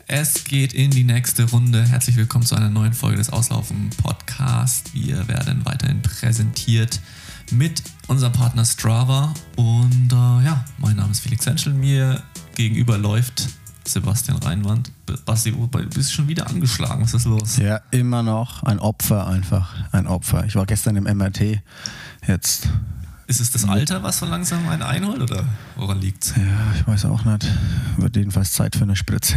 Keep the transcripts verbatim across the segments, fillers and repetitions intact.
Es geht in die nächste Runde. Herzlich willkommen zu einer neuen Folge des Auslaufen-Podcasts. Wir werden weiterhin präsentiert mit unserem Partner Strava. Und äh, ja, mein Name ist Felix Henschel. Mir gegenüber läuft Sebastian Reinwand. Basti, du bist schon wieder angeschlagen. Was ist los? Ja, immer noch ein Opfer einfach. Ein Opfer. Ich war gestern im M R T. Jetzt... Ist es das Alter, was so langsam einen einholt, oder woran liegt's? Ja, ich weiß auch nicht. Wird jedenfalls Zeit für eine Spritze.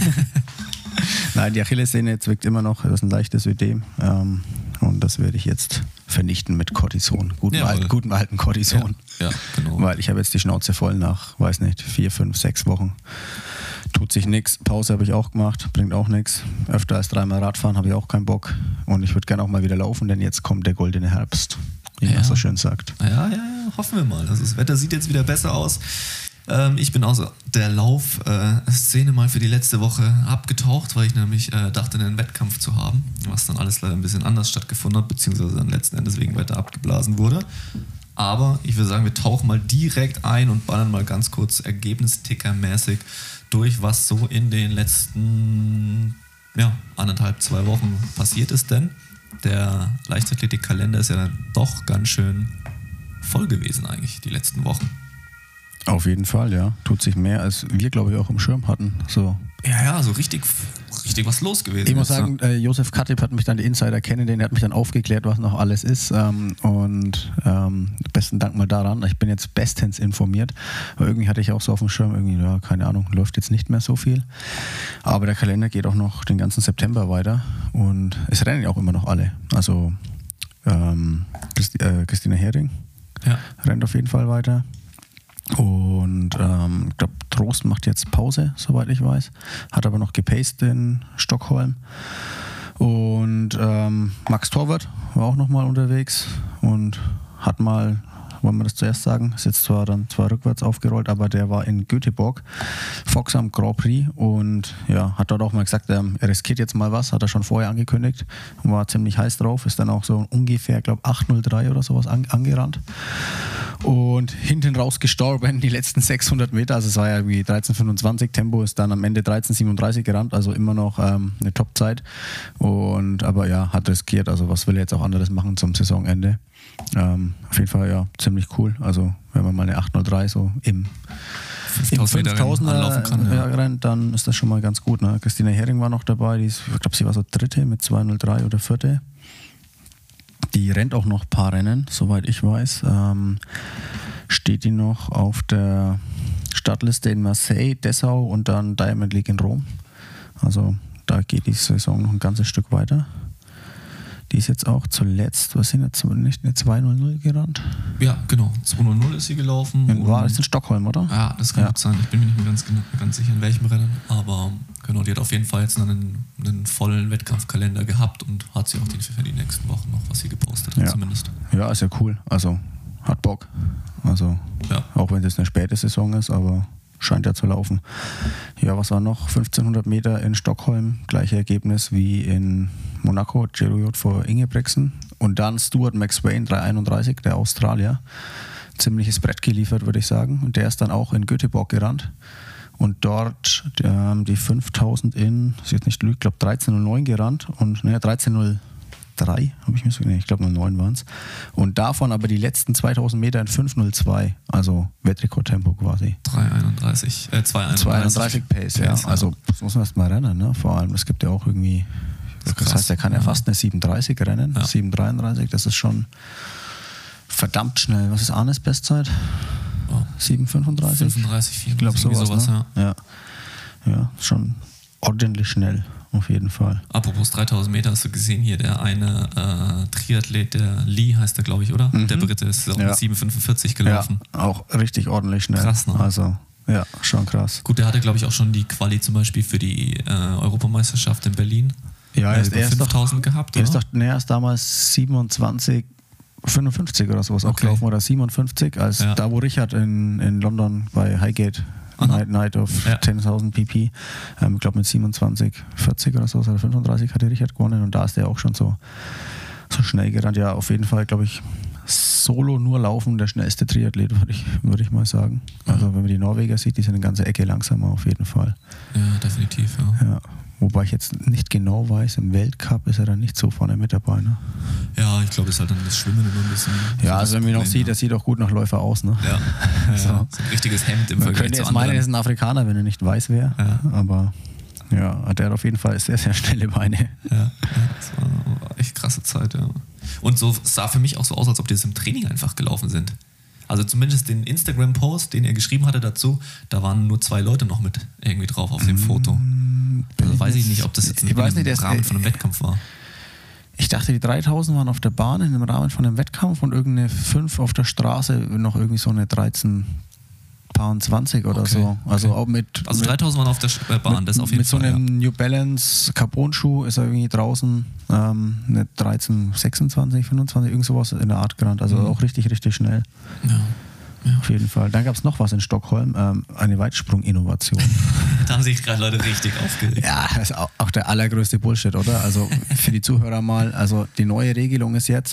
Nein, die Achillessehne zwickt immer noch. Das ist ein leichtes Ödem. Ähm, und das werde ich jetzt vernichten mit Cortison. Guten, Ja, alten, guten alten Cortison. Ja, ja, genau. Weil ich habe jetzt die Schnauze voll nach, weiß nicht, vier, fünf, sechs Wochen. Tut sich nichts. Pause habe ich auch gemacht. Bringt auch nichts. Öfter als dreimal Radfahren habe ich auch keinen Bock. Und ich würde gerne auch mal wieder laufen, denn jetzt kommt der goldene Herbst. Wie man ja. so schön sagt. Ja, ja, ja, hoffen wir mal. Also das Wetter sieht jetzt wieder besser aus. Ähm, ich bin aus der Lauf-Szene mal für die letzte Woche abgetaucht, weil ich nämlich äh, dachte, einen Wettkampf zu haben, was dann alles leider ein bisschen anders stattgefunden hat, beziehungsweise dann letzten Endes wegen Wetter abgeblasen wurde. Aber ich würde sagen, wir tauchen mal direkt ein und ballern mal ganz kurz ergebnistickermäßig durch, was so in den letzten ja, anderthalb, zwei Wochen passiert ist, denn der Leichtathletikkalender ist ja dann doch ganz schön voll gewesen eigentlich, die letzten Wochen. Auf jeden Fall, ja. Tut sich mehr, als wir, glaube ich, auch im Schirm hatten. So. Ja, ja, so richtig, richtig was los gewesen. Ich muss jetzt, sagen, äh, Josef Kattip hat mich dann, die Insider kennen, den, der hat mich dann aufgeklärt, was noch alles ist. Ähm, und ähm, besten Dank mal daran. Ich bin jetzt bestens informiert. Aber irgendwie hatte ich auch so auf dem Schirm, irgendwie, ja, keine Ahnung, läuft jetzt nicht mehr so viel. Aber der Kalender geht auch noch den ganzen September weiter. Und es rennen ja auch immer noch alle. Also ähm, Christi, äh, Christina Hering ja. rennt auf jeden Fall weiter. Und ähm, ich glaube, Trost macht jetzt Pause, soweit ich weiß. Hat aber noch gepaced in Stockholm. Und ähm, Max Torwart war auch nochmal unterwegs und hat mal, wollen wir das zuerst sagen, ist jetzt zwar dann zwar rückwärts aufgerollt, aber der war in Göteborg, Foxham Grand Prix, und ja, hat dort auch mal gesagt, ähm, er riskiert jetzt mal was, hat er schon vorher angekündigt und war ziemlich heiß drauf, ist dann auch so ungefähr, glaube acht null drei oder sowas an, angerannt. Und hinten raus gestorben, die letzten sechshundert Meter, also es war ja irgendwie dreizehn fünfundzwanzig, Tempo ist dann am Ende dreizehn siebenunddreißig gerannt, also immer noch ähm, eine Top-Zeit. Und aber ja, hat riskiert, also was will er jetzt auch anderes machen zum Saisonende. Ähm, auf jeden Fall ja, ziemlich cool, also wenn man mal eine acht null drei so im fünftausender anlaufen kann, ja. rennt, dann ist das schon mal ganz gut. Ne? Christina Hering war noch dabei, die ist, ich glaube, sie war so Dritte mit zwei null drei oder Vierte. Die rennt auch noch ein paar Rennen, soweit ich weiß. Ähm, steht die noch auf der Startliste in Marseille, Dessau und dann Diamond League in Rom. Also da geht die Saison noch ein ganzes Stück weiter. Die ist jetzt auch zuletzt, was sind jetzt, nicht eine zwei null null gerannt? Ja, genau. zwei null null ist sie gelaufen. In, war das in Stockholm, oder? Ja, das kann ja. gut sein. Ich bin mir nicht mehr ganz, ganz sicher, in welchem Rennen. Aber genau, die hat auf jeden Fall jetzt einen, einen vollen Wettkampfkalender gehabt und hat sie auch die, für die nächsten Wochen noch, was sie gepostet hat, ja. zumindest. Ja, ist ja cool. Also hat Bock. Also ja. Auch wenn es eine späte Saison ist, aber scheint ja zu laufen. Ja, was war noch? fünfzehnhundert Meter in Stockholm, gleiche Ergebnis wie in Monaco, Giro vor Ingebrigtsen. Und dann Stuart McSwain, drei einunddreißig, der Australier. Ziemliches Brett geliefert, würde ich sagen. Und der ist dann auch in Göteborg gerannt. Und dort ähm, die fünftausend in, ich jetzt nicht lügen, ich glaube dreizehn null neun gerannt. Und naja, dreizehn null drei habe ich mir so gedacht, ich glaube null neun waren es. Und davon aber die letzten zweitausend Meter in fünf null zwei, also Weltrekordtempo quasi. drei einunddreißig, äh zwei einunddreißig. zwei einunddreißig Pace, ja. Pace, ja. Also das muss man erst mal rennen, ne? Vor allem, es gibt ja auch irgendwie, das, das heißt, er kann ja, ja fast eine sieben dreißig rennen, ja. sieben dreiunddreißig, das ist schon verdammt schnell. Was ist Arnes Bestzeit? Oh. sieben fünfunddreißig? fünfunddreißig, vierunddreißig, ich glaube sowas, sowas ne? ja. ja, schon ordentlich schnell. Auf jeden Fall. Apropos dreitausend Meter, hast du gesehen hier, der eine äh, Triathlet, der Lee heißt der, glaube ich, oder? Mhm. Der Brite ist auch ja. mit sieben fünfundvierzig gelaufen. Ja, auch richtig ordentlich schnell. Krass, ne? Also, ja, schon krass. Gut, der hatte, glaube ich, auch schon die Quali zum Beispiel für die äh, Europameisterschaft in Berlin. Ja, er ist erst fünftausend doch, gehabt, er oder? Ist doch, nee, er ist damals siebenundzwanzig, fünfundfünfzig oder sowas okay. abgelaufen, oder siebenundfünfzig, als ja. da, wo Richard in, in London bei Highgate Night, Night of ja. zehntausend P P. Ähm, ich glaube mit siebenundzwanzig, vierzig oder so, oder fünfunddreißig hat der Richard gewonnen und da ist der auch schon so, so schnell gerannt. Ja, auf jeden Fall, glaube ich, Solo nur laufen der schnellste Triathlet, würde ich, würd ich mal sagen. Also wenn man die Norweger sieht, die sind eine ganze Ecke langsamer auf jeden Fall. Ja, definitiv, ja. Ja. Wobei ich jetzt nicht genau weiß, im Weltcup ist er dann nicht so vorne mit dabei. Ne? Ja, ich glaube, es ist halt dann das Schwimmen immer ein bisschen. Ja, also wenn man noch sieht, ja. der sieht auch gut nach Läufer aus. Ne? Ja, ja, so. so ein richtiges Hemd im man Vergleich könnte zu jetzt anderen. meinen, er ist ein Afrikaner, wenn er nicht weiß wäre. Ja. Aber ja, der hat auf jeden Fall sehr, sehr schnelle Beine. Ja, ja, das war echt krasse Zeit, ja. Und so sah für mich auch so aus, als ob die jetzt im Training einfach gelaufen sind. Also zumindest den Instagram-Post, den er geschrieben hatte dazu, da waren nur zwei Leute noch mit irgendwie drauf auf dem Foto. Also weiß ich nicht, ob das jetzt ich weiß nicht, im der Rahmen ist, von einem Wettkampf war. Ich dachte, die dreitausend waren auf der Bahn in dem Rahmen von einem Wettkampf und irgendeine fünf auf der Straße noch irgendwie so eine dreizehn zwanzig oder Okay, so. Also okay. auch mit. Also mit, dreitausend waren auf der Bahn, mit, das auf jeden mit Fall. Mit so einem ja. New Balance Carbon-Schuh ist er irgendwie draußen ähm, eine dreizehn sechsundzwanzig, fünfundzwanzig, irgend sowas in der Art gerannt. Also mhm. auch richtig, richtig schnell. Ja. Ja. Auf jeden Fall. Dann gab es noch was in Stockholm, ähm, eine Weitsprung-Innovation. Da haben sich gerade Leute richtig aufgeregt. Ja, das ist auch, auch der allergrößte Bullshit, oder? Also für die Zuhörer mal, also die neue Regelung ist jetzt,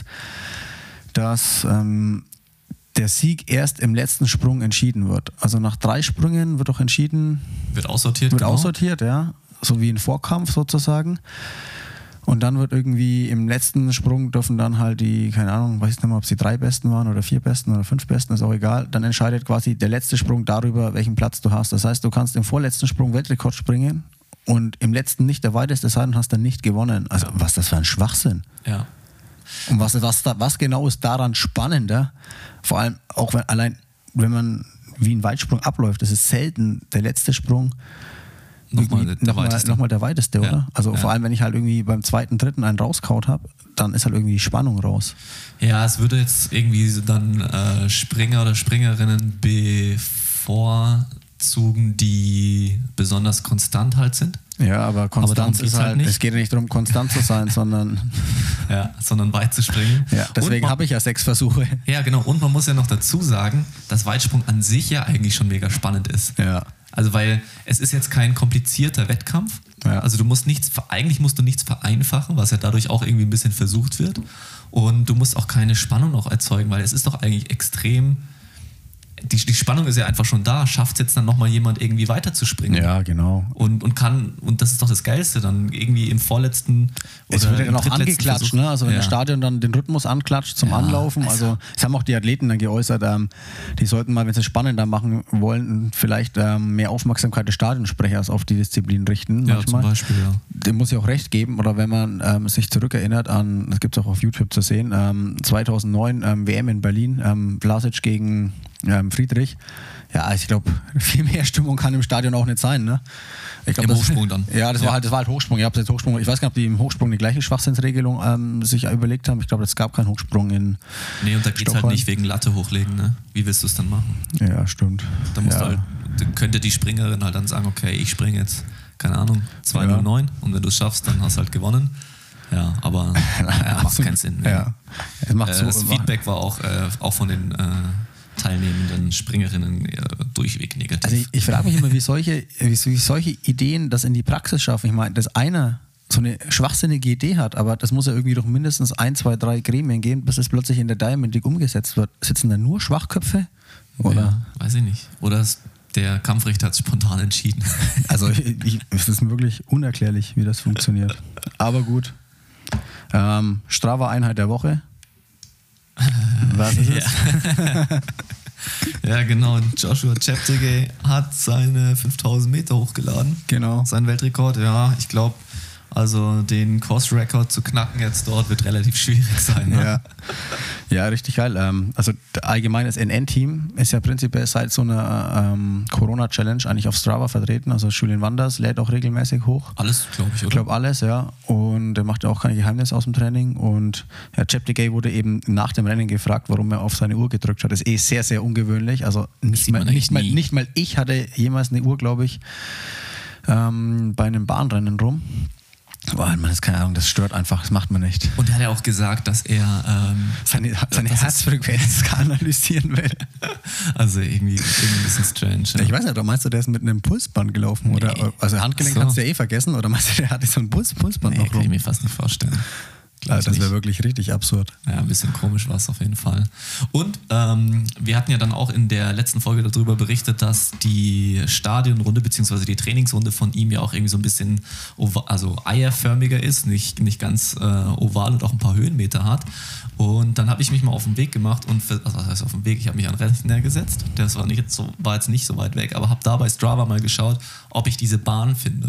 dass ähm, der Sieg erst im letzten Sprung entschieden wird. Also nach drei Sprüngen wird auch entschieden. Wird aussortiert, Wird genau. aussortiert, ja. So wie ein Vorkampf sozusagen. Und dann wird irgendwie im letzten Sprung dürfen dann halt die, keine Ahnung, weiß ich nicht mehr, ob es die drei Besten waren oder vier Besten oder fünf Besten, ist auch egal. Dann entscheidet quasi der letzte Sprung darüber, welchen Platz du hast. Das heißt, du kannst im vorletzten Sprung Weltrekord springen und im letzten nicht der weiteste sein und hast dann nicht gewonnen. Also was ist das für ein Schwachsinn? Ja. Und was, was, was genau ist daran spannender? Vor allem auch wenn, allein, wenn man wie ein Weitsprung abläuft, das ist selten der letzte Sprung Nochmal der, der nochmal, weiteste. nochmal der weiteste, oder? Ja, Also ja. vor allem, wenn ich halt irgendwie beim zweiten, dritten einen rauskaut habe, dann ist halt irgendwie die Spannung raus. Ja, es würde jetzt irgendwie so dann äh, Springer oder Springerinnen bevorzugen, die besonders konstant halt sind. Ja, aber darum Konstanz geht's ist halt, halt nicht. es geht ja nicht darum, konstant zu sein, sondern Ja, sondern weit zu springen. ja, deswegen Und habe ich ja sechs Versuche. Ja, genau. Und man muss ja noch dazu sagen, dass Weitsprung an sich ja eigentlich schon mega spannend ist. Ja. Also weil es ist jetzt kein komplizierter Wettkampf. Ja. Also du musst nichts, eigentlich musst du nichts vereinfachen, was ja dadurch auch irgendwie ein bisschen versucht wird. Und du musst auch keine Spannung noch erzeugen, weil es ist doch eigentlich extrem, die, die Spannung ist ja einfach schon da. Schafft es jetzt dann nochmal jemand irgendwie weiterzuspringen? Ja, genau. Und, und kann, und das ist doch das Geilste, dann irgendwie im vorletzten oder Es wird ja im dann auch drittletzten angeklatscht, Versuch. ne? Also wenn Ja. das Stadion dann den Rhythmus anklatscht zum Ja, Anlaufen, also- also es haben auch die Athleten dann geäußert, ähm, die sollten mal, wenn sie es spannender machen wollen, vielleicht ähm, mehr Aufmerksamkeit des Stadionsprechers auf die Disziplin richten. Ja, manchmal. zum Beispiel, ja. Dem muss ich auch recht geben, oder wenn man ähm, sich zurückerinnert an, das gibt es auch auf YouTube zu sehen, ähm, zweitausendneun ähm, W M in Berlin, ähm, Vlasic gegen ähm, Friedrich. Ja, also ich glaube, viel mehr Stimmung kann im Stadion auch nicht sein, ne? Ich glaub, Im das, Hochsprung dann. Ja, das Ja. war halt, das war halt Hochsprung. Ich, hab's jetzt Hochsprung. Ich weiß gar nicht, ob die im Hochsprung die gleiche Schwachsinnsregelung ähm, sich überlegt haben. Ich glaube, es gab keinen Hochsprung in. Nee, und da geht es halt Stockholm. nicht wegen Latte hochlegen, ne? Wie willst du es dann machen? Ja, stimmt. Da musst ja. du halt, da könnte die Springerin halt dann sagen, okay, ich springe jetzt, keine Ahnung, zwei null neun und wenn du es schaffst, dann hast du halt gewonnen. Ja, aber ja, macht keinen Sinn. Nee. Ja. Es macht Äh, so, das Feedback war auch, äh, auch von den äh, teilnehmenden Springerinnen äh, durchweg negativ. Also ich, ich frage mich immer, wie solche, wie, wie solche Ideen das in die Praxis schaffen. Ich meine, dass einer so eine schwachsinnige Idee hat, aber das muss ja irgendwie durch mindestens ein, zwei, drei Gremien gehen, bis es plötzlich in der Diamond League umgesetzt wird. Sitzen da nur Schwachköpfe? Oder? Ja, weiß ich nicht. Oder es, der Kampfrichter hat spontan entschieden. Also ich, ich, es ist wirklich unerklärlich, wie das funktioniert. Aber gut. Ähm, Strava-Einheit der Woche. Was ist es? Ja. Ja, genau. Joshua Cheptegei hat seine fünftausend Meter hochgeladen. Genau. Sein Weltrekord, ja. Ich glaube, also den Course-Record zu knacken jetzt dort wird relativ schwierig sein. Ne? Ja. Ja, richtig geil. Ähm, also allgemein das N N-Team ist ja prinzipiell seit so einer ähm, Corona-Challenge eigentlich auf Strava vertreten. Also Julian Wanders lädt auch regelmäßig hoch. Alles, glaube ich, oder? Ich glaube alles, ja. Und er macht ja auch kein Geheimnis aus dem Training. Und ja, Cheptegei wurde eben nach dem Rennen gefragt, warum er auf seine Uhr gedrückt hat. Das ist eh sehr, sehr ungewöhnlich. Also nicht sieht mal, man eigentlich nicht, mal, nie. nicht mal ich hatte jemals eine Uhr, glaube ich, ähm, bei einem Bahnrennen rum. Boah, man, das ist keine Ahnung, das stört einfach, das macht man nicht. Und er hat ja auch gesagt, dass er ähm, Seine, seine das ist- Herzfrequenz analysieren will. also irgendwie, irgendwie ein bisschen strange. Ja. Ich weiß nicht, oder meinst du, der ist mit einem Pulsband gelaufen? Oder, Nee. also Handgelenk So. kannst du ja eh vergessen, oder meinst du, der hatte so ein Puls, Pulsband Nee, noch kann ich rum? mir fast nicht vorstellen. Ja, das wäre wirklich richtig absurd. Ja, ein bisschen komisch war es auf jeden Fall. Und ähm, wir hatten ja dann auch in der letzten Folge darüber berichtet, dass die Stadionrunde bzw. die Trainingsrunde von ihm ja auch irgendwie so ein bisschen ova- also eierförmiger ist, nicht, nicht ganz äh, oval und auch ein paar Höhenmeter hat. Und dann habe ich mich mal auf den Weg gemacht und, für, also was heißt auf den Weg, ich habe mich an den Rechner gesetzt, das war, nicht jetzt so, war jetzt nicht so weit weg, aber habe da bei Strava mal geschaut, ob ich diese Bahn finde.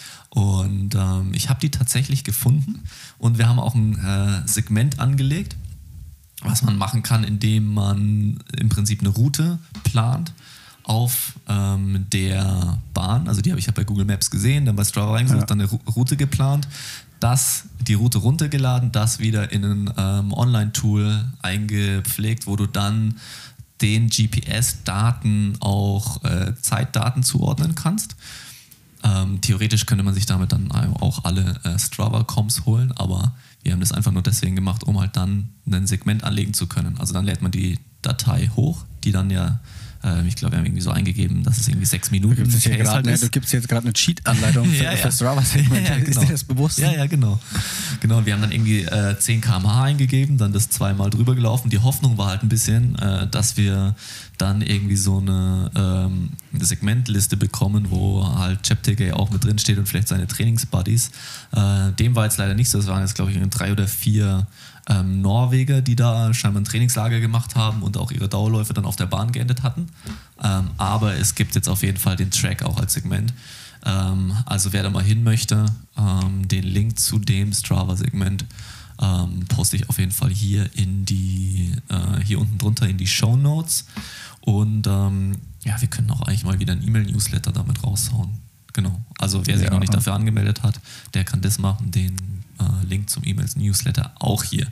Und ähm, ich habe die tatsächlich gefunden und wir haben auch ein äh, Segment angelegt, was man machen kann, indem man im Prinzip eine Route plant auf ähm, der Bahn. Also die habe ich ja bei Google Maps gesehen, dann bei Strava reingesucht, ja. dann eine Route geplant, das, die Route runtergeladen, das wieder in ein ähm, Online-Tool eingepflegt, wo du dann den G P S-Daten auch äh, Zeitdaten zuordnen kannst. Ähm, theoretisch könnte man sich damit dann auch alle äh, Strava-Comps holen, aber wir haben das einfach nur deswegen gemacht, um halt dann ein Segment anlegen zu können. Also dann lädt man die Datei hoch, die dann ja, äh, ich glaube, wir haben irgendwie so eingegeben, dass es irgendwie sechs Minuten du gibst halt grad, ne, du gibst jetzt gerade eine Cheat-Anleitung für, ja, ja. für Strava-Segment. Ja, ja, genau. Ist dir das bewusst? Ja, ja, genau. Genau, wir haben dann irgendwie äh, zehn Kilometer pro Stunde eingegeben, dann das zweimal drüber gelaufen. Die Hoffnung war halt ein bisschen, äh, dass wir dann irgendwie so eine, ähm, eine Segmentliste bekommen, wo halt Cheptegei auch mit drin steht und vielleicht seine Trainingsbuddies. Äh, dem war jetzt leider nicht so. Es waren jetzt, glaube ich, drei oder vier ähm, Norweger, die da scheinbar ein Trainingslager gemacht haben und auch ihre Dauerläufe dann auf der Bahn geendet hatten. Ähm, aber es gibt jetzt auf jeden Fall den Track auch als Segment. Ähm, also wer da mal hin möchte, ähm, den Link zu dem Strava-Segment ähm, poste ich auf jeden Fall hier in die, äh, hier unten drunter in die Shownotes. Und ähm, ja, wir können auch eigentlich mal wieder ein E-Mail-Newsletter damit raushauen. Genau. Also wer sich ja. noch nicht dafür angemeldet hat, der kann das machen. Den äh, Link zum E-Mail-Newsletter auch hier.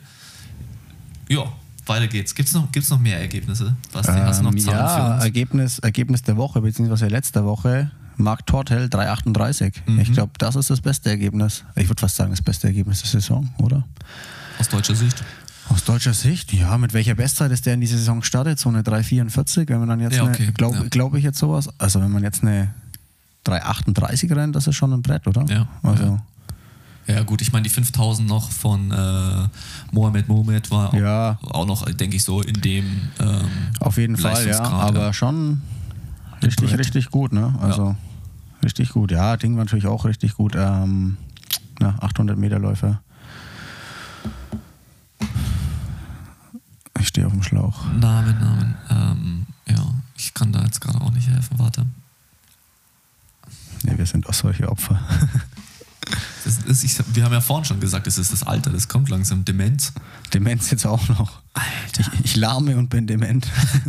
Ja, weiter geht's. Gibt es noch, gibt's noch mehr Ergebnisse? Basti, ähm, hast du noch Zahlen ja, für uns? Ergebnis, Ergebnis der Woche, beziehungsweise letzter Woche. Marc Tortel drei Komma achtunddreißig. Mhm. Ich glaube, das ist das beste Ergebnis. Ich würde fast sagen, das beste Ergebnis der Saison, oder? Aus deutscher Sicht? Aus deutscher Sicht, ja. Mit welcher Bestzeit ist der in die Saison gestartet? So eine drei Komma vierundvierzig, wenn man dann jetzt, ja, okay. glaube ja. glaub ich jetzt sowas, also wenn man jetzt eine drei Komma achtunddreißig rennt, das ist schon ein Brett, oder? Ja. Also. Ja. Ja gut, ich meine die fünftausend noch von äh, Mohamed Mohamed war auch, ja. auch noch, denke ich, so in dem ähm, auf jeden Fall, ja, aber ja. schon richtig, richtig gut, ne? Also ja. richtig gut. Ja, Ding war natürlich auch richtig gut. Ähm, na, achthundert Meter Läufer. Ich stehe auf dem Schlauch. Namen, Namen. Ähm, ja, ich kann da jetzt gerade auch nicht helfen. Warte. Nee, wir sind auch solche Opfer. Das ist, ich, wir haben ja vorhin schon gesagt, es ist das Alter, das kommt langsam. Demenz. Demenz jetzt auch noch. Alter. Ich, ich lahme und bin dement.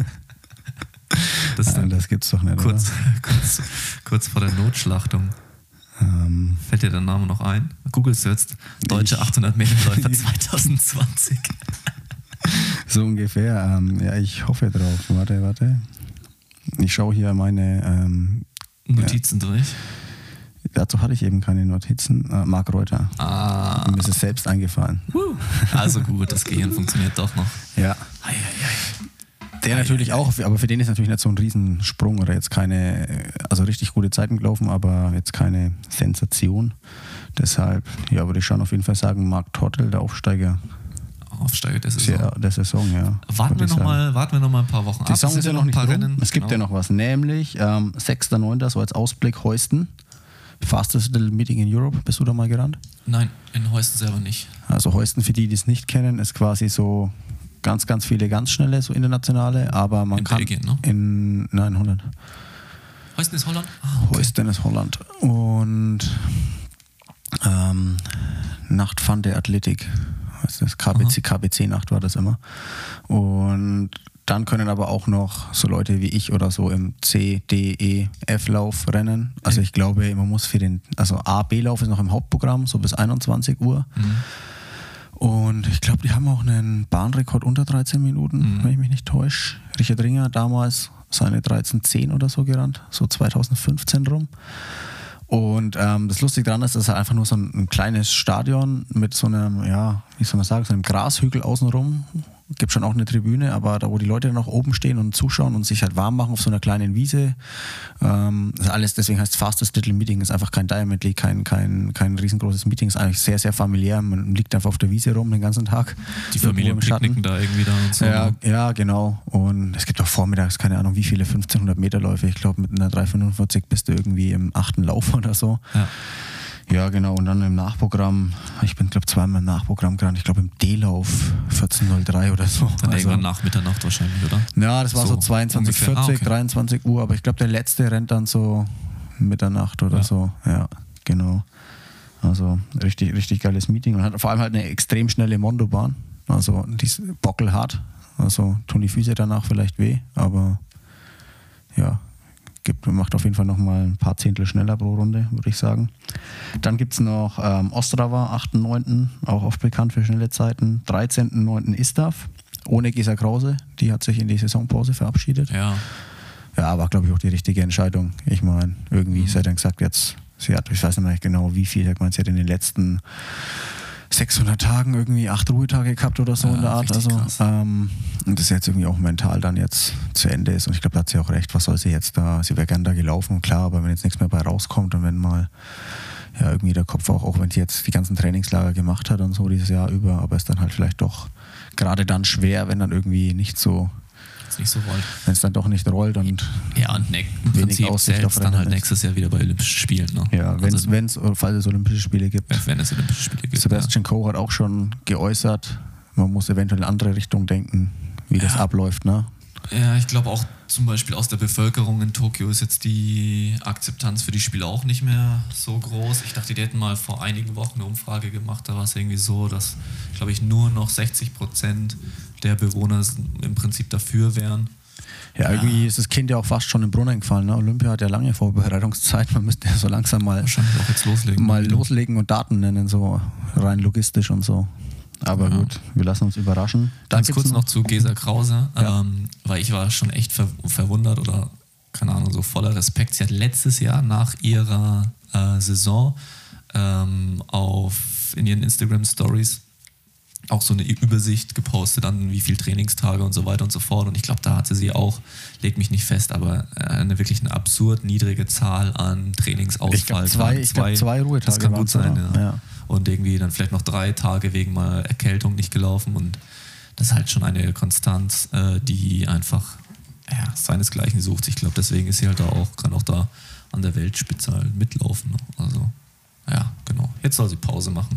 Das, ja, das gibt's doch nicht, kurz, kurz, kurz vor der Notschlachtung. Ähm, Fällt dir der Name noch ein? Googlest du jetzt Deutsche achthundert Meter Läufer zwanzig zwanzig. So ungefähr. Ähm, ja, ich hoffe drauf. Warte, warte. Ich schaue hier meine ähm, Notizen ja. durch. Dazu hatte ich eben keine Notizen. Äh, Marc Reuter. Ah. Mir ist es selbst eingefallen. Uh. Also gut, das Gehirn funktioniert doch noch. Ja. Ei, ei, ei. Der ei, natürlich ei, auch, aber für den ist natürlich nicht so ein Riesensprung oder jetzt keine, also richtig gute Zeiten gelaufen, aber jetzt keine Sensation. Deshalb, ja, würde ich schon auf jeden Fall sagen, Marc Tortel, der Aufsteiger. Aufsteiger der Saison. Der, der Saison, ja. Warten wir, noch mal, warten wir noch mal ein paar Wochen Die ab. Die Saison ist ja noch nicht ein paar rum. Rennen. Es gibt genau. ja noch was, nämlich ähm, sechster neunter so als Ausblick Heusden. Fastest Little Meeting in Europe. Bist du da mal gerannt? Nein, in Heusden selber nicht. Also Heusden, für die, die es nicht kennen, ist quasi so ganz, ganz viele ganz schnelle, so internationale, aber man in kann... Belgien, ne? In Nein, Holland. Heusden ist Holland? Ah, okay. Heusden ist Holland. Und ähm, Nacht von der Athletik. Das K B C, K B C-Nacht war das immer. Und dann können aber auch noch so Leute wie ich oder so im C, D, E, F-Lauf rennen. Also ich glaube, man muss für den, also A, B-Lauf ist noch im Hauptprogramm, so bis einundzwanzig Uhr. Mhm. Und ich glaube, die haben auch einen Bahnrekord unter dreizehn Minuten, mhm. wenn ich mich nicht täusche. Richard Ringer damals seine dreizehn zehn oder so gerannt, so zweitausendfünfzehn rum. Und ähm, das Lustige daran ist, dass er einfach nur so ein, ein kleines Stadion mit so einem, ja, wie soll man sagen, so einem Grashügel außenrum gibt schon auch eine Tribüne, aber da, wo die Leute dann auch oben stehen und zuschauen und sich halt warm machen auf so einer kleinen Wiese, ähm, das ist alles, deswegen heißt es Fastest Little Meeting, ist einfach kein Diamond League, kein, kein, kein riesengroßes Meeting, ist eigentlich sehr, sehr familiär, man liegt einfach auf der Wiese rum den ganzen Tag. Die Familien picknicken da irgendwie da und so. Ja, ja, genau. Und es gibt auch vormittags, keine Ahnung, wie viele fünfzehnhundert Meter Läufe, ich glaube mit einer drei fünfundvierzig bist du irgendwie im achten Lauf oder so. Ja. Ja, genau. Und dann im Nachprogramm, ich bin, glaube ich, zweimal im Nachprogramm gerannt. Ich glaube, im D-Lauf vierzehn null drei oder so. Dann also, irgendwann nach Mitternacht wahrscheinlich, oder? Ja, das war so, so zweiundzwanzig vierzig, ah, okay. dreiundzwanzig Uhr. Aber ich glaube, der letzte rennt dann so Mitternacht oder ja. so. Ja, genau. Also richtig, richtig geiles Meeting. Und hat vor allem halt eine extrem schnelle Mondobahn. Also die ist bockelhart. Also tun die Füße danach vielleicht weh. Aber ja, gibt, macht auf jeden Fall nochmal ein paar Zehntel schneller pro Runde, würde ich sagen. Dann gibt es noch ähm, Ostrava, achten neunten auch oft bekannt für schnelle Zeiten. dreizehnten neunten Istaf, ohne Gesa Krause, die hat sich in die Saisonpause verabschiedet. Ja. Ja, war, glaube ich, auch die richtige Entscheidung. Ich meine, irgendwie, mhm. sie hat dann gesagt, jetzt, sie hat, ich weiß nicht genau wie viel, ich meine, sie hat in den letzten sechshundert Tagen irgendwie acht Ruhetage gehabt oder so ja, in der Art. Also, ähm, und das jetzt irgendwie auch mental dann jetzt zu Ende ist. Und ich glaube, da hat sie auch recht, was soll sie jetzt da, sie wäre gern da gelaufen, klar, aber wenn jetzt nichts mehr bei rauskommt und wenn mal ja irgendwie der Kopf auch, auch wenn sie jetzt die ganzen Trainingslager gemacht hat und so dieses Jahr über, aber ist dann halt vielleicht doch gerade dann schwer, wenn dann irgendwie nicht so nicht so rollt. Wenn es dann doch nicht rollt und ja, und ne, im Prinzip zählt dann halt nächstes Jahr wieder bei Olympischen Spielen. Ne? Ja, wenn es, also, falls es Olympische Spiele gibt. Wenn es Olympische Spiele gibt. Sebastian ja. Coe hat auch schon geäußert, man muss eventuell in andere Richtung denken, wie ja. das abläuft. Ne? Ja, ich glaube auch zum Beispiel aus der Bevölkerung in Tokio ist jetzt die Akzeptanz für die Spiele auch nicht mehr so groß. Ich dachte, die hätten mal vor einigen Wochen eine Umfrage gemacht, da war es irgendwie so, dass, glaube ich, nur noch sechzig Prozent der Bewohner im Prinzip dafür wären. Ja, irgendwie ist das Kind ja auch fast schon im Brunnen gefallen. Ne? Olympia hat ja lange Vorbereitungszeit, man müsste ja so langsam mal, wahrscheinlich auch jetzt loslegen, mal loslegen und Daten nennen, so rein logistisch und so. Aber ja. gut, wir lassen uns überraschen. Ganz kurz noch, noch zu Gesa Krause, ja. ähm, weil ich war schon echt ver- verwundert oder, keine Ahnung, so voller Respekt. Sie hat letztes Jahr nach ihrer äh, Saison ähm, auf, in ihren Instagram-Stories auch so eine Übersicht gepostet an wie viele Trainingstage und so weiter und so fort. Und ich glaube, da hatte sie auch, leg mich nicht fest, aber eine wirklich eine absurd niedrige Zahl an Trainingsausfall. Ich glaube zwei, ich glaub, zwei Ruhetage. Das kann gut sein, ja. ja. Und irgendwie dann vielleicht noch drei Tage wegen mal Erkältung nicht gelaufen. Und das ist halt schon eine Konstanz, die einfach ja, seinesgleichen sucht. Ich glaube, deswegen ist sie halt da auch, kann auch da an der Weltspitze halt mitlaufen. Also, ja, genau. Jetzt soll sie Pause machen.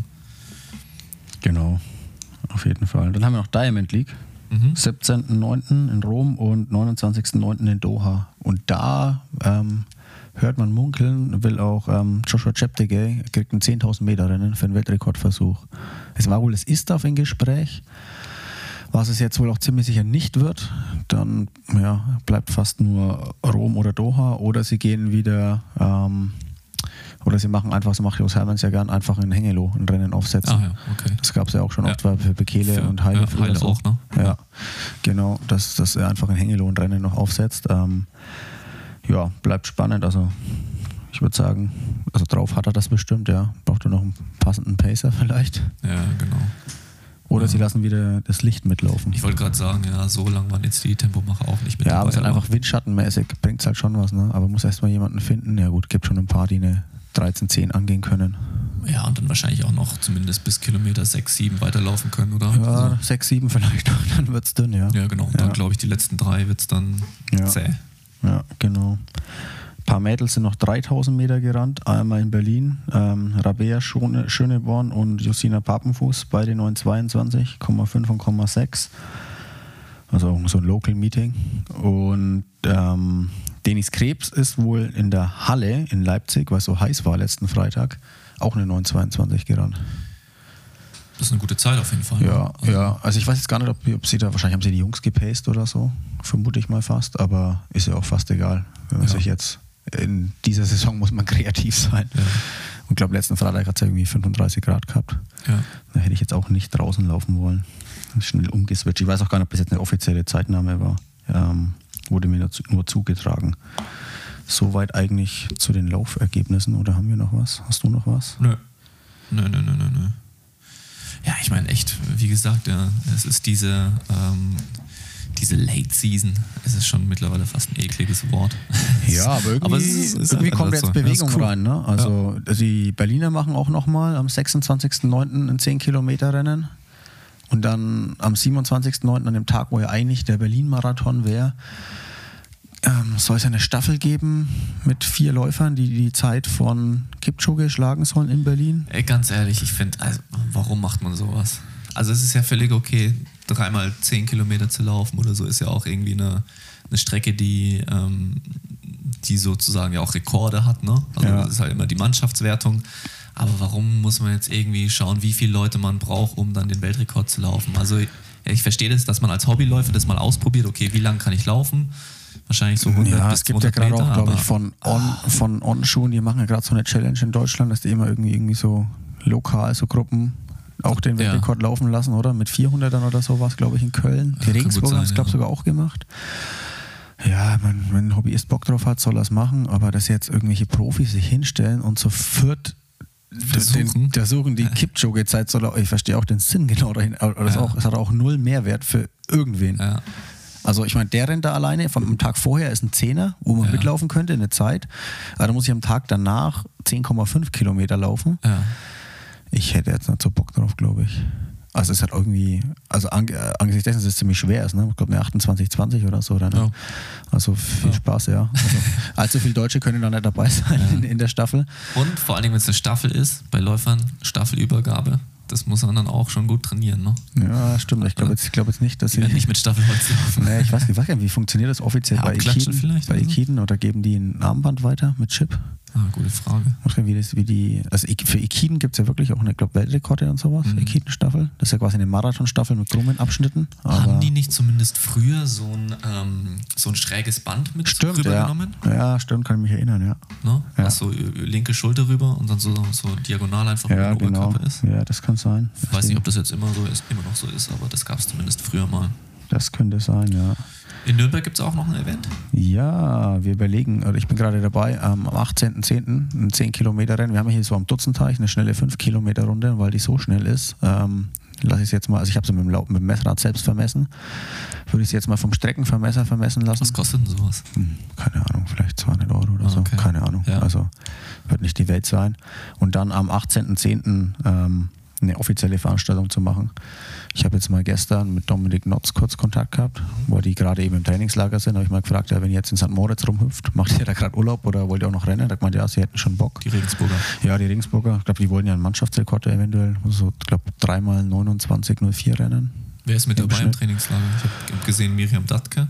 Genau. Auf jeden Fall. Dann haben wir noch Diamond League. Mhm. siebzehnten neunten in Rom und neunundzwanzigsten neunten in Doha. Und da ähm, hört man munkeln, will auch ähm, Joshua Cheptegei, kriegt ein zehntausend Meter Rennen für einen Weltrekordversuch. Es war wohl das Istaf im Gespräch, was es jetzt wohl auch ziemlich sicher nicht wird. Dann ja, bleibt fast nur Rom oder Doha oder sie gehen wieder ähm, oder sie machen einfach, so macht Jos Hermanns ja gern, einfach in Hengelo ein Rennen aufsetzen. Ah, ja, okay. Das gab es ja auch schon ja. oft für Bekele für, und Heile. Ja, Heile so. auch, ne? Ja, ja. Genau, dass, dass er einfach in Hengelo ein Rennen noch aufsetzt. Ähm, ja, bleibt spannend. Also ich würde sagen, also drauf hat er das bestimmt, ja. Braucht er noch einen passenden Pacer vielleicht. Ja, genau. Oder ja. sie lassen wieder das Licht mitlaufen. Ich wollte gerade sagen, ja, so lang waren jetzt die Tempomacher auch nicht mit ja, dabei. aber es ist halt einfach windschattenmäßig, bringt es halt schon was, ne? Aber muss erstmal jemanden finden. Ja gut, gibt schon ein paar, die eine dreizehn zehn angehen können. Ja, und dann wahrscheinlich auch noch zumindest bis Kilometer sechs, sieben weiterlaufen können, oder? Ja, also, sechs, sieben vielleicht, dann wird es dünn, ja. Ja, genau. Und ja. dann glaube ich, die letzten drei wird es dann ja. zäh. Ja, genau. Ein paar Mädels sind noch dreitausend Meter gerannt, einmal in Berlin. Ähm, Rabea Schöne, Schöneborn und Justina Papenfuß, beide neun zweiundzwanzig Komma fünf und Komma sechs. Also so ein Local Meeting. Und ähm, Denis Krebs ist wohl in der Halle in Leipzig, weil es so heiß war letzten Freitag, auch eine neun zweiundzwanzig gerannt. Das ist eine gute Zeit auf jeden Fall. Ja, also, ja. Also ich weiß jetzt gar nicht, ob, ob sie da, wahrscheinlich haben sie die Jungs gepaced oder so, vermute ich mal fast, aber ist ja auch fast egal, wenn man ja. sich jetzt, in dieser Saison muss man kreativ sein. Ja. Und ich glaube, letzten Freitag hat es ja irgendwie fünfunddreißig Grad gehabt. Ja. Da hätte ich jetzt auch nicht draußen laufen wollen. Schnell umgeswitcht. Ich weiß auch gar nicht, ob das jetzt eine offizielle Zeitnahme war. Ähm, wurde mir nur zugetragen. Soweit eigentlich zu den Laufergebnissen, oder haben wir noch was? Hast du noch was? Nö. Nö, nö, nö, nö, nö. Ja, ich meine echt, wie gesagt, ja, es ist diese, ähm, diese Late Season. Es ist schon mittlerweile fast ein ekliges Wort. Ja, aber irgendwie, aber es ist, es irgendwie ist kommt jetzt so. Bewegung Ja, cool. rein. Ne? Also ja. Die Berliner machen auch nochmal am sechsundzwanzigsten neunten ein zehn Kilometer Rennen. Und dann am siebenundzwanzigsten neunten an dem Tag, wo ja eigentlich der Berlin-Marathon wäre, ähm, soll es eine Staffel geben mit vier Läufern, die die Zeit von Kipchoge schlagen sollen in Berlin. Ey, ganz ehrlich, ich finde, also, warum macht man sowas? Also es ist ja völlig okay, dreimal zehn Kilometer zu laufen oder so, ist ja auch irgendwie eine, eine Strecke, die, ähm, die sozusagen ja auch Rekorde hat, ne? Also Ja. das ist halt immer die Mannschaftswertung. Aber warum muss man jetzt irgendwie schauen, wie viele Leute man braucht, um dann den Weltrekord zu laufen? Also ja, ich verstehe das, dass man als Hobbyläufer das mal ausprobiert, okay, wie lang kann ich laufen? Wahrscheinlich so hundert Ja, bis es gibt ja zweihundert gerade Meter. auch, glaube aber- ich, von On, von On-Schuhen, die machen ja gerade so eine Challenge in Deutschland, dass die immer irgendwie, irgendwie so lokal, so Gruppen auch den Ja. Weltrekord laufen lassen, oder? Mit vierhundertern oder sowas, glaube ich, in Köln. Die Ja, kann Regensburger gut haben es, sein, glaube ich, ja. sogar auch gemacht. Ja, man, wenn ein Hobbyist Bock drauf hat, soll er es machen, aber dass jetzt irgendwelche Profis sich hinstellen und so viert Versuchen. den, versuchen die Kipchoge-Zeit soll auch, ich verstehe auch den Sinn genau dahin, aber das Ja. auch, es hat auch null Mehrwert für irgendwen. Ja. Also ich meine, der rennt da alleine, vom am Tag vorher ist ein Zehner, wo man Ja. mitlaufen könnte, eine Zeit. Aber da muss ich am Tag danach zehn Komma fünf Kilometer laufen. Ja. Ich hätte jetzt nicht so Bock drauf, glaube ich. Also es hat irgendwie, also ang, äh, angesichts dessen, dass es ziemlich schwer ist, ne? Ich glaube eine achtundzwanzig zwanzig oder so. Dann, ne? Ja. Also viel Ja. Spaß, ja. Also, allzu viele Deutsche können da nicht dabei sein Ja. in, in der Staffel. Und vor allen Dingen, wenn es eine Staffel ist, bei Läufern Staffelübergabe, das muss man dann auch schon gut trainieren, ne? Ja, stimmt. Ich glaube jetzt, ich glaub jetzt nicht, dass Die sie... werden nicht mit Staffelholz laufen. Nee, ich weiß nicht, weiß gar nicht, wie funktioniert das offiziell Ja, bei abklatschen Ekiden? vielleicht Bei oder so? Ekiden oder geben die ein Armband weiter mit Chip? Ah, gute Frage. Ich weiß gar nicht, wie das, wie die, also Ik- für Ekiden gibt es ja wirklich auch eine, glaube Weltrekorde und sowas, Mhm. Ekiden-Staffel. Das ist ja quasi eine Marathonstaffel mit krummen Abschnitten. Aber Haben die nicht zumindest früher so ein, ähm, so ein schräges Band mit stimmt, ja. rübergenommen? Ja, stimmt, kann ich mich erinnern, ja. Ne? Ja. Was so äh, linke Schulter rüber und dann so, so diagonal einfach Ja, über den genau. Oberkörper ist. Ja, das kann sein. Ich weiß nicht, ob das jetzt immer so ist, immer noch so ist, aber das gab es zumindest früher mal. Das könnte sein, ja. In Nürnberg gibt es auch noch ein Event. Ja, wir überlegen, oder ich bin gerade dabei, ähm, am achtzehnten zehnten ein zehn Kilometer Rennen. Wir haben hier so am Dutzenteich eine schnelle fünf Kilometer Runde, weil die so schnell ist. Ähm, lasse ich es jetzt mal, also ich habe sie mit dem, Lau- mit dem Messrad selbst vermessen. Würde ich es jetzt mal vom Streckenvermesser vermessen lassen. Was kostet denn sowas? Hm, keine Ahnung, vielleicht zweihundert Euro oder Ah, so. okay. Keine Ahnung. Ja. Also wird nicht die Welt sein. Und dann am achtzehnten zehnten Ähm, eine offizielle Veranstaltung zu machen. Ich habe jetzt mal gestern mit Dominik Notz kurz Kontakt gehabt, wo die gerade eben im Trainingslager sind. Habe ich mal gefragt, ja, wenn ihr jetzt in Sankt Moritz rumhüpft, macht ihr da gerade Urlaub oder wollt ihr auch noch rennen? Da meinte ja, sie hätten schon Bock. Die Regensburger. Ja, die Regensburger, ich glaube, die wollen ja einen Mannschaftsrekord eventuell, so, ich glaube, dreimal neunundzwanzig null vier rennen. Wer ist mit Im dabei im Schnitt. Trainingslager? Ich habe gesehen Miriam Datke,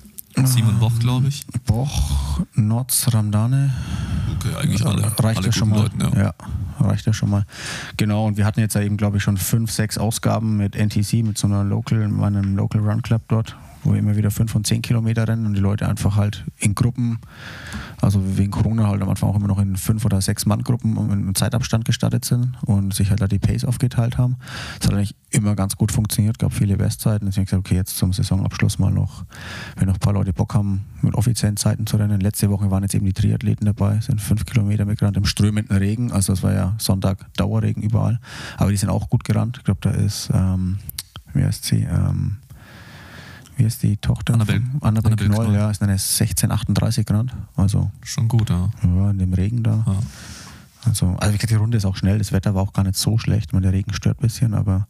Simon Boch, glaube ich. Boch, Notz, Ramdane. Okay, eigentlich alle, reicht alle ja schon guten mal. Leuten, ja. ja, reicht ja schon mal. Genau, und wir hatten jetzt ja eben, glaube ich, schon fünf, sechs Ausgaben mit N T C, mit so einer Local, meinem Local Run Club dort, wo wir immer wieder fünf und zehn Kilometer rennen und die Leute einfach halt in Gruppen, also wegen Corona halt am Anfang auch immer noch in fünf oder sechs Mann Gruppen im Zeitabstand gestartet sind und sich halt da die Pace aufgeteilt haben. Das hat eigentlich immer ganz gut funktioniert, gab viele Bestzeiten. Deswegen habe ich gesagt, okay, jetzt zum Saisonabschluss mal noch, wenn noch ein paar Leute Bock haben, mit offiziellen Zeiten zu rennen. Letzte Woche waren jetzt eben die Triathleten dabei, sind fünf Kilometer mitgerannt im strömenden Regen, also das war ja Sonntag Dauerregen überall, aber die sind auch gut gerannt. Ich glaube, da ist, ähm, wie heißt sie, ähm, wie ist die Tochter? Annabel- von- Annabel Annabel Knoll, Knoll. ja, ist eine sechzehn achtunddreißig gerannt, also Schon gut, ja. ja, in dem Regen da. ja. Also, also wie gesagt, die Runde ist auch schnell, das Wetter war auch gar nicht so schlecht, man, der Regen stört ein bisschen, aber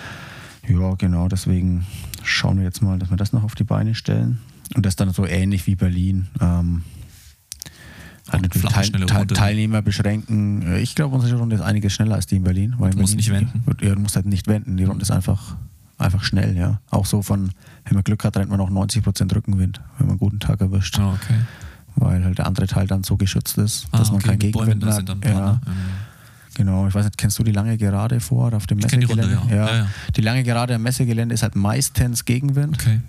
ja, genau, deswegen schauen wir jetzt mal, dass wir das noch auf die Beine stellen und das dann so ähnlich wie Berlin. Ähm, halt natürlich flache, Teil, schnelle Teil, Runde. Teilnehmer beschränken. Ich glaube, unsere Runde ist einiges schneller als die in Berlin. Weil Du in musst Berlin, nicht wenden. Ja, du musst halt nicht wenden. Die Runde ist einfach, einfach schnell, ja. Auch so von, wenn man Glück hat, rennt man auch neunzig Prozent Rückenwind, wenn man einen guten Tag erwischt. Ah, okay. Weil halt der andere Teil dann so geschützt ist, dass Ah, man okay, kein mit Bäumen, Gegenwind da hat. sind dann Ja, Planer. Ähm, genau. Ich weiß nicht, kennst du die lange Gerade vor auf dem Ich kenn die Runde, Messegelände? ja. Ja, ja. Die lange Gerade am Messegelände ist halt meistens Gegenwind. Okay.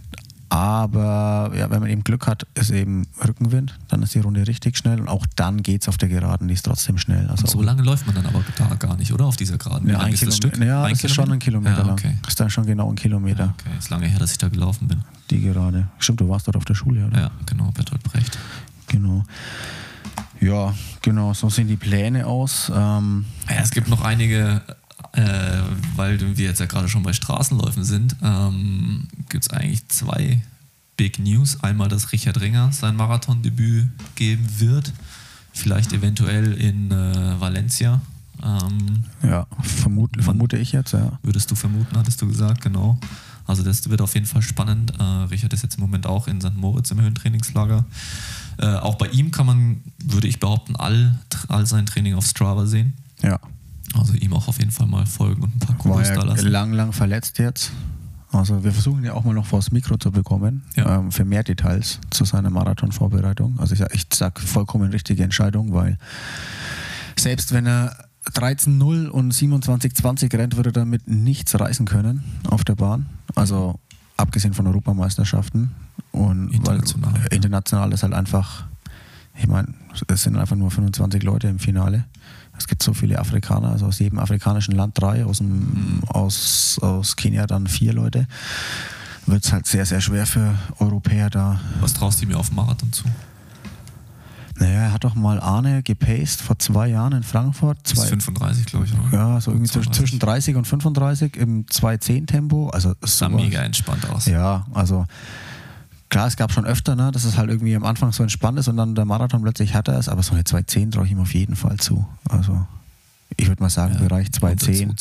Aber ja, wenn man eben Glück hat, ist eben Rückenwind, dann ist die Runde richtig schnell und auch dann geht es auf der Geraden, die ist trotzdem schnell. Also Und so lange läuft man dann aber da gar nicht, oder? Auf dieser Geraden. Wie ja, lang ein ist das Kilometer. Stück? Ja, ein das ist schon ein Kilometer ja, lang. okay. Das ist dann schon genau ein Kilometer, Ja, okay. Ist lange her, dass ich da gelaufen bin. die Gerade. Stimmt, du warst dort auf der Schule, oder? Ja, genau, Bertolt Brecht. Genau. Ja, genau, so sehen die Pläne aus. Ähm, Ja, es gibt noch einige äh, weil wir jetzt ja gerade schon bei Straßenläufen sind, ähm, gibt es eigentlich zwei Big News. Einmal, dass Richard Ringer sein Marathondebüt geben wird. Vielleicht eventuell in äh, Valencia. Ähm, ja, vermut, vermute ich jetzt, ja. Würdest du vermuten, hattest du gesagt, genau. Also das wird auf jeden Fall spannend. Äh, Richard ist jetzt im Moment auch in Sankt Moritz im Höhentrainingslager. Äh, auch bei ihm kann man, würde ich behaupten, all, all sein Training auf Strava sehen. Ja. Also ihm auch auf jeden Fall mal folgen und ein paar Kudos da lassen. Lang, lang verletzt jetzt. Also wir versuchen ja auch mal noch vors Mikro zu bekommen, ja. ähm, für mehr Details zu seiner Marathonvorbereitung. Also ich, ich sage vollkommen richtige Entscheidung, weil selbst wenn er dreizehn null und siebenundzwanzig zwanzig rennt, würde er damit nichts reißen können auf der Bahn. Also abgesehen von Europameisterschaften. Und international, weil, ja. international ist halt einfach, ich meine, es sind einfach nur fünfundzwanzig Leute im Finale. Es gibt so viele Afrikaner, also aus jedem afrikanischen Land drei, aus, dem, mhm. aus, aus Kenia dann vier Leute. Wird es halt sehr, sehr schwer für Europäer da. Was traust du mir auf dem Marathon zu? Naja, er hat doch mal Arne gepaced vor zwei Jahren in Frankfurt. Bis fünfunddreißig, glaube ich. Oder? Ja, so irgendwie zweiunddreißig. Zwischen dreißig und fünfunddreißig im zwei zehn Tempo. Also sah mega entspannt aus. Ja, also klar, es gab schon öfter, ne, dass es halt irgendwie am Anfang so entspannt ist und dann der Marathon plötzlich härter ist, aber so eine zwei zehn traue ich ihm auf jeden Fall zu. Also ich würde mal sagen, ja, Bereich zwei zehn.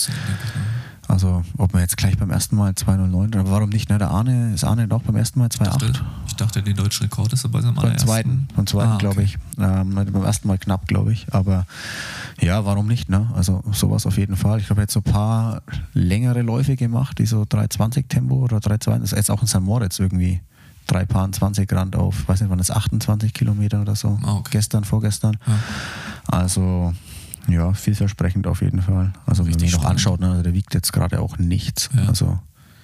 Also ob man jetzt gleich beim ersten Mal zwei null neun, aber warum nicht, ne? Der Arne, ist Arne doch beim ersten Mal zwei acht? Ich dachte, ich dachte, den deutschen Rekord ist er bei seinem allerersten. Beim zweiten, beim zweiten ah, glaube ich. Ähm, beim ersten Mal knapp, glaube ich. Aber ja, warum nicht, ne? Also sowas auf jeden Fall. Ich glaube, er hat so ein paar längere Läufe gemacht, die so drei zwanzig Tempo oder drei zwanzig, das ist jetzt auch in Sankt Moritz irgendwie. drei Paar zwanzig Rand auf, weiß nicht, wann das achtundzwanzig Kilometer oder so. Ah, okay. Gestern, vorgestern. Ja. Also ja, vielversprechend auf jeden Fall. Also wenn man ihn noch anschaut, ne, also der wiegt jetzt gerade auch nichts. Ja. Also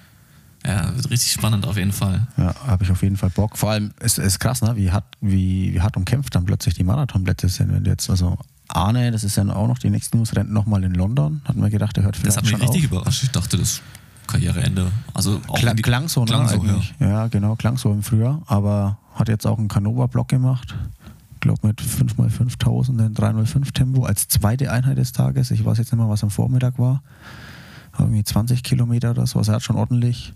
ja, wird richtig spannend auf jeden Fall. Ja, habe ich auf jeden Fall Bock. Vor allem ist es krass, ne, wie hart, wie, wie hart umkämpft dann plötzlich die Marathonplätze sind, wenn jetzt, also Arne, das ist ja auch noch die nächste News, rennt nochmal in London. Hatten wir gedacht, der hört vielleicht schon auf. Das hat mich richtig überrascht. Ich dachte, das Karriereende. Also auch Klang, klang so, klang ne, so, eigentlich. Ja. ja, genau, klang so im Frühjahr, aber hat jetzt auch einen Canova-Block gemacht. Ich glaube mit fünf mal fünftausend in drei null fünf Tempo als zweite Einheit des Tages. Ich weiß jetzt nicht mehr, was am Vormittag war. Irgendwie zwanzig Kilometer oder so. Also er hat schon ordentlich.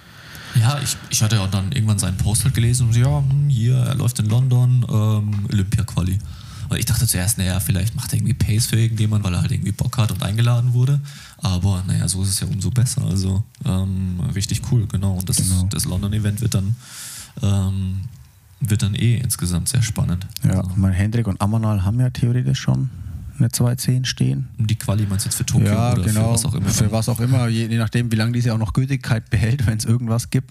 Ja, ich, ich hatte ja dann irgendwann seinen Post halt gelesen und so, ja, hier, er läuft in London, ähm, Olympia-Quali. Weil ich dachte zuerst, naja, vielleicht macht er irgendwie Pace für irgendjemand, weil er halt irgendwie Bock hat und eingeladen wurde. Aber naja, so ist es ja umso besser. Also ähm, richtig cool, genau. Und das, genau. das London-Event wird dann ähm, wird dann eh insgesamt sehr spannend. Ja, also. mein Hendrik und Amanal haben ja theoretisch schon eine zwei zehn stehen. Die Quali meinst du jetzt für Tokio ja, oder genau, für was auch immer? Für was auch immer, je, je nachdem, wie lange diese auch noch Gültigkeit behält, wenn es irgendwas gibt.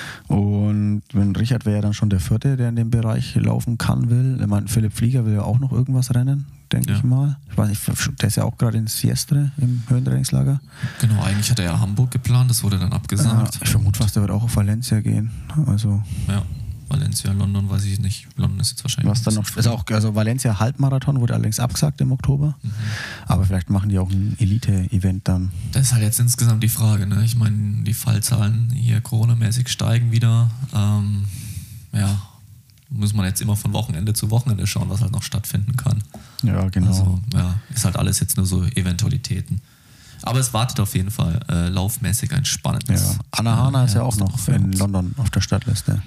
Und wenn Richard wäre ja dann schon der Vierte, der in dem Bereich laufen kann, will. Ich meine, Philipp Flieger will ja auch noch irgendwas rennen, denke ja. ich mal. Ich weiß nicht, der ist ja auch gerade in Siestre im Höhentrainingslager. Genau, eigentlich hat er ja Hamburg geplant, das wurde dann abgesagt. Ja, ich vermute fast, der wird auch auf Valencia gehen. Also ja. Valencia, London, weiß ich nicht. London ist jetzt wahrscheinlich. Was dann noch ist auch, also Valencia Halbmarathon wurde allerdings abgesagt im Oktober. Mhm. Aber vielleicht machen die auch ein Elite-Event dann. Das ist halt jetzt insgesamt die Frage, ne? Ich meine, die Fallzahlen hier Corona-mäßig steigen wieder. Ähm, ja, muss man jetzt immer von Wochenende zu Wochenende schauen, was halt noch stattfinden kann. Ja, genau. Also, ja, ist halt alles jetzt nur so Eventualitäten. Aber es wartet auf jeden Fall äh, laufmäßig ein spannendes. Ja. Anna Hana äh, ist ja auch noch in uns. London auf der Startliste.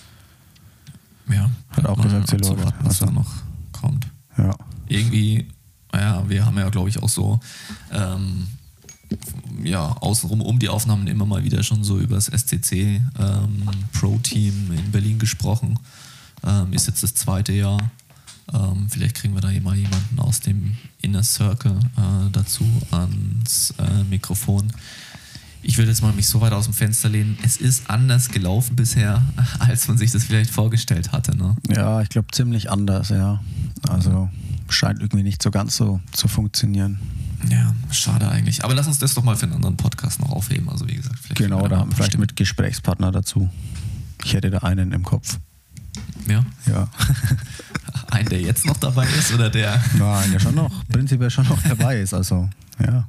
Ja, hat auch gesagt, sie läuft. Was also, da noch kommt. Ja. Irgendwie, naja, wir haben ja, glaube ich, auch so ähm, ja, außenrum um die Aufnahmen immer mal wieder schon so über das S C C ähm, Pro-Team in Berlin gesprochen. Ähm, ist jetzt das zweite Jahr. Ähm, vielleicht kriegen wir da mal jemanden aus dem Inner Circle äh, dazu ans äh, Mikrofon. Ich würde jetzt mal mich so weit aus dem Fenster lehnen. Es ist anders gelaufen bisher, als man sich das vielleicht vorgestellt hatte. Ne? Ja, ich glaube ziemlich anders, ja. Also scheint irgendwie nicht so ganz so zu funktionieren. Ja, schade eigentlich. Aber lass uns das doch mal für einen anderen Podcast noch aufheben. Also wie gesagt, vielleicht genau, da haben wir vielleicht mit Gesprächspartner dazu. Ich hätte da einen im Kopf. Ja? Ja. Einen, der jetzt noch dabei ist oder der? Nein, der schon noch, prinzipiell schon noch dabei ist. Also, ja.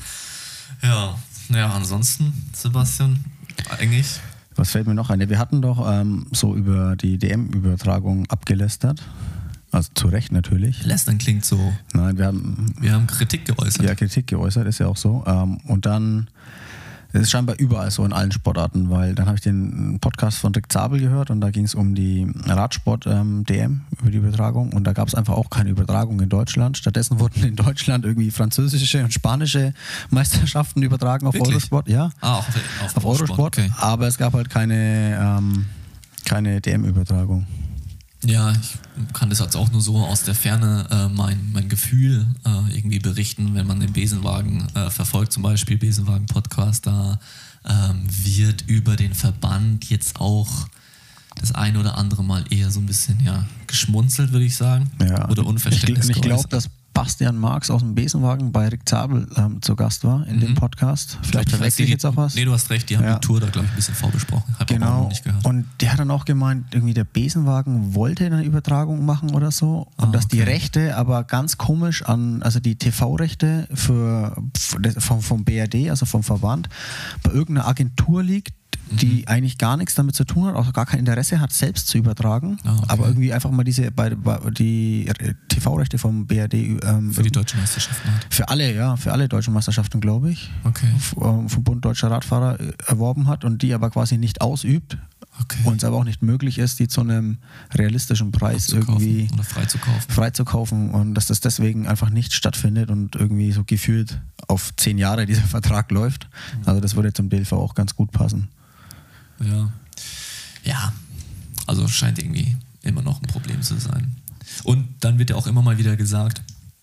Ja. Ja, ansonsten, Sebastian, eigentlich. Was fällt mir noch ein? Wir hatten doch ähm, so über die D M-Übertragung abgelästert. Also zu Recht natürlich. Lästern klingt so. Nein, wir haben, wir haben Kritik geäußert. Ja, Kritik geäußert, ist ja auch so. Und dann, es ist scheinbar überall so in allen Sportarten, weil dann habe ich den Podcast von Rick Zabel gehört und da ging es um die Radsport-D M, ähm, über die Übertragung und da gab es einfach auch keine Übertragung in Deutschland. Stattdessen wurden in Deutschland irgendwie französische und spanische Meisterschaften übertragen auf Wirklich? Eurosport. Ja, ah, auf, auf, auf Eurosport, okay. Aber es gab halt keine, ähm, keine D M-Übertragung. Ja, ich kann das jetzt auch nur so aus der Ferne äh, mein, mein Gefühl äh, irgendwie berichten, wenn man den Besenwagen äh, verfolgt, zum Beispiel Besenwagen-Podcast, da ähm, wird über den Verband jetzt auch das ein oder andere Mal eher so ein bisschen ja, geschmunzelt, würde ich sagen, ja. oder Unverständnis. Ich, ich glaube, dass Bastian Marx aus dem Besenwagen bei Rick Zabel ähm, zu Gast war in mhm. dem Podcast. Vielleicht verwechsel ich jetzt auch was. Nee, du hast recht, die haben ja. die Tour da, glaube ich, ein bisschen vorbesprochen. Hab genau. auch noch nicht gehört. Und der hat dann auch gemeint, irgendwie der Besenwagen wollte eine Übertragung machen oder so. Und ah, dass okay. die Rechte aber ganz komisch an, also die T V-Rechte für, für vom, vom B R D, also vom Verband, bei irgendeiner Agentur liegt, die mhm. eigentlich gar nichts damit zu tun hat, auch gar kein Interesse hat, selbst zu übertragen, ah, okay. aber irgendwie einfach mal diese bei, bei, die T V-Rechte vom B R D ähm, für die deutschen Meisterschaften hat. Für alle, ja, für alle deutschen Meisterschaften, glaube ich, okay. vom Bund Deutscher Radfahrer erworben hat und die aber quasi nicht ausübt okay. und es aber auch nicht möglich ist, die zu einem realistischen Preis irgendwie oder freizukaufen. freizukaufen und dass das deswegen einfach nicht stattfindet und irgendwie so gefühlt auf zehn Jahre dieser Vertrag läuft. Also das würde zum D L V auch ganz gut passen. Ja. Ja, also scheint irgendwie immer noch ein Problem zu sein. Und dann wird ja auch immer mal wieder gesagt,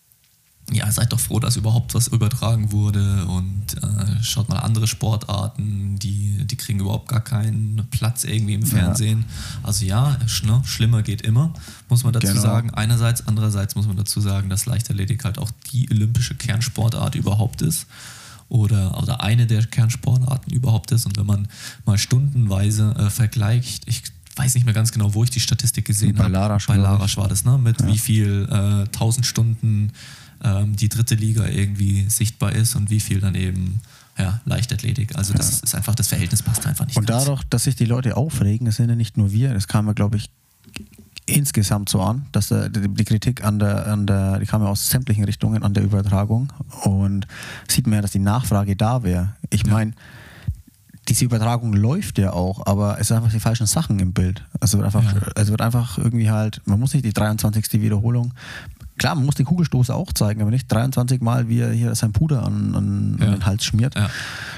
ja, seid doch froh, dass überhaupt was übertragen wurde und äh, schaut mal andere Sportarten, die, die kriegen überhaupt gar keinen Platz irgendwie im Fernsehen. Ja. Also ja, sch, ne, schlimmer geht immer, muss man dazu genau. sagen. Einerseits, andererseits muss man dazu sagen, dass Leichtathletik halt auch die olympische Kernsportart überhaupt ist. Oder, oder eine der Kernsportarten überhaupt ist. Und wenn man mal stundenweise äh, vergleicht, ich weiß nicht mehr ganz genau, wo ich die Statistik gesehen habe. Bei Larasch, Bei Larasch war das, ne? Mit ja. wie viel äh, tausend Stunden ähm, die dritte Liga irgendwie sichtbar ist und wie viel dann eben ja, Leichtathletik. Also das ja. ist einfach, das Verhältnis passt einfach nicht. Und ganz. dadurch, dass sich die Leute aufregen, das sind ja nicht nur wir, das kam ja, glaube ich, insgesamt so an, dass der, die Kritik an der, an der, die kam ja aus sämtlichen Richtungen an der Übertragung und sieht man ja, dass die Nachfrage da wäre. Ich ja. meine, diese Übertragung läuft ja auch, aber es sind einfach die falschen Sachen im Bild. Also wird einfach, ja. es wird einfach irgendwie halt, man muss nicht die dreiundzwanzigste Wiederholung, klar, man muss die Kugelstoße auch zeigen, aber nicht dreiundzwanzig Mal, wie er hier sein Puder an, an, ja. an den Hals schmiert. Ja.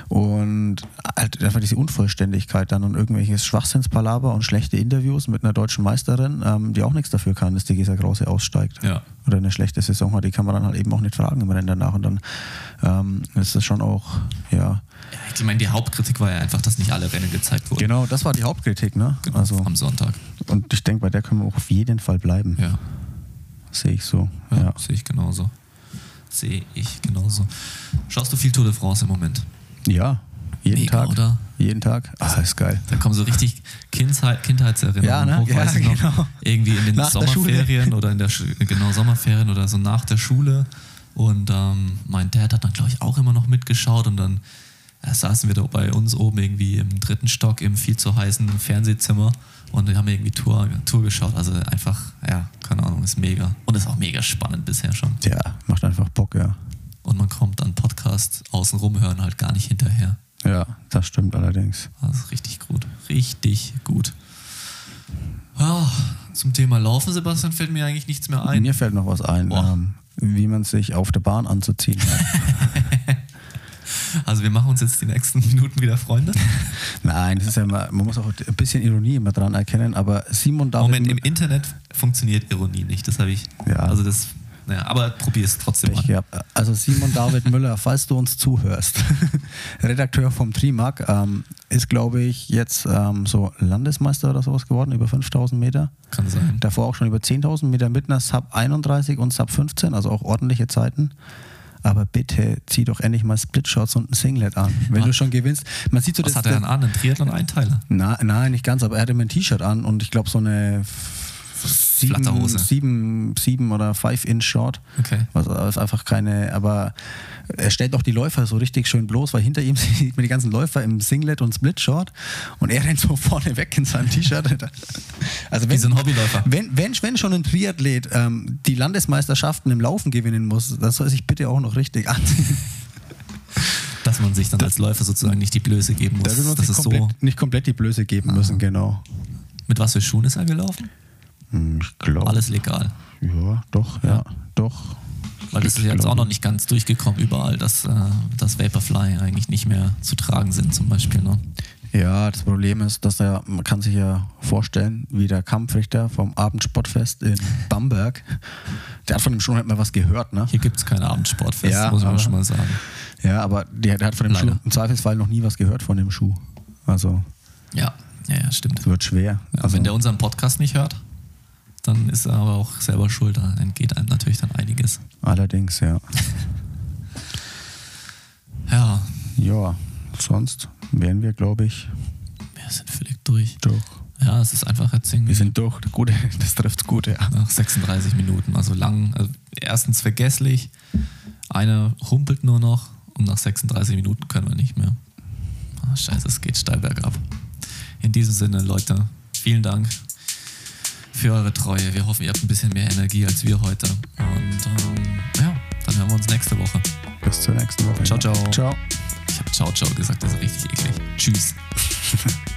Und halt einfach diese Unvollständigkeit dann und irgendwelches Schwachsinnspalaver und schlechte Interviews mit einer deutschen Meisterin, ähm, die auch nichts dafür kann, dass die Gesa Krause aussteigt. Ja. Oder eine schlechte Saison hat, die kann man dann halt eben auch nicht fragen im Rennen danach. Und dann ähm, ist das schon auch, ja. ja. Ich meine, die Hauptkritik war ja einfach, dass nicht alle Rennen gezeigt wurden. Genau, das war die Hauptkritik, ne? Genau, also, am Sonntag. Und ich denke, bei der können wir auch auf jeden Fall bleiben. Ja. Sehe ich so. Ja, ja. sehe ich genauso. Sehe ich genauso. Schaust du viel Tour de France im Moment? Ja, jeden Mega, Tag. Oder? Jeden Tag. Ah, das ist geil. Da kommen so richtig Kindheit, Kindheitserinnerungen ja, ne? hoch, ja, weiß ich noch. genau. Irgendwie in den nach Sommerferien oder in der Sch- genau Sommerferien oder so nach der Schule. Und ähm, mein Dad hat dann, glaube ich, auch immer noch mitgeschaut und dann ja, saßen wir da bei uns oben irgendwie im dritten Stock im viel zu heißen Fernsehzimmer und wir haben irgendwie Tour, Tour geschaut. Also einfach, ja, keine Ahnung, ist mega. Und ist auch mega spannend bisher schon. Ja, macht einfach Bock, ja. Und man kommt an Podcasts außenrum hören halt gar nicht hinterher. Ja, das stimmt allerdings. Das ist richtig gut. Richtig gut. Oh, zum Thema Laufen, Sebastian, fällt mir eigentlich nichts mehr ein. Mir fällt noch was ein, ähm, wie man sich auf der Bahn anzuziehen hat. Also wir machen uns jetzt die nächsten Minuten wieder Freunde. Nein, das ist ja immer, man muss auch ein bisschen Ironie immer dran erkennen, aber Simon David... Moment, im Internet funktioniert Ironie nicht, das habe ich... Ja. Also das... Naja, aber probier es trotzdem Pech an. gehabt. Also Simon David Müller, falls du uns zuhörst, Redakteur vom Trimark, ähm, ist, glaube ich, jetzt ähm, so Landesmeister oder sowas geworden, über fünftausend Meter. Kann sein. Davor auch schon über zehntausend Meter mit einer Sub einunddreißig und Sub fünfzehn, also auch ordentliche Zeiten. Aber bitte zieh doch endlich mal Splitshots und ein Singlet an, wenn Was? du schon gewinnst. Man sieht so, Was das, hat er denn an? Ein Triathlon-Einteiler? Na, nein, nicht ganz, aber er hatte mir ein T-Shirt an und ich glaube so eine Flatter sieben, Hose. sieben, sieben oder five Inch Short. Okay. Was ist einfach keine, aber er stellt auch die Läufer so richtig schön bloß, weil hinter ihm sieht man die ganzen Läufer im Singlet und Split Short und er rennt so vorne weg in seinem T-Shirt. Also Wie wenn, so ein Hobbyläufer. wenn, wenn, wenn schon ein Triathlet ähm, die Landesmeisterschaften im Laufen gewinnen muss, das soll sich bitte auch noch richtig anziehen. Dass man sich dann als Läufer sozusagen nicht die Blöße geben muss. Da will man das sich ist komplett, so. nicht komplett die Blöße geben müssen, genau. Mit was für Schuhen ist er gelaufen? Hm, Ich glaube. Alles legal. Ja, doch, ja, Ja. doch. Weil das ist Ich jetzt glaube. auch noch nicht ganz durchgekommen überall, dass, äh, dass Vaporfly eigentlich nicht mehr zu tragen sind zum Beispiel. Ne? Ja, das Problem ist, dass er, man kann sich ja vorstellen, wie der Kampfrichter vom Abendsportfest in Bamberg, der hat von dem Schuh halt mal was gehört, ne? Hier gibt es kein Abendsportfest, Ja, muss man aber- schon mal sagen. Ja, aber der, der hat von dem Leider. Schuh im Zweifelsfall noch nie was gehört von dem Schuh. Also, Ja, ja, ja stimmt. es wird schwer. Ja, also, wenn der unseren Podcast nicht hört, dann ist er aber auch selber schuld. Da entgeht einem natürlich dann einiges. allerdings, ja. Ja, Ja, sonst wären wir, glaube ich, wir sind völlig durch. durch. Ja, es ist einfach jetzt irgendwie Wir sind durch. Gute, das trifft's gut, ja. nach sechsunddreißig Minuten, also lang. Also erstens vergesslich, einer humpelt nur noch und nach sechsunddreißig Minuten können wir nicht mehr. Ah, scheiße, es geht steil bergab. In diesem Sinne, Leute, vielen Dank für eure Treue. Wir hoffen, ihr habt ein bisschen mehr Energie als wir heute. Und ähm, ja, dann hören wir uns nächste Woche. Bis zur nächsten Woche. Ciao, ciao. Ciao. Ich habe Ciao, Ciao gesagt, das ist richtig eklig. Tschüss.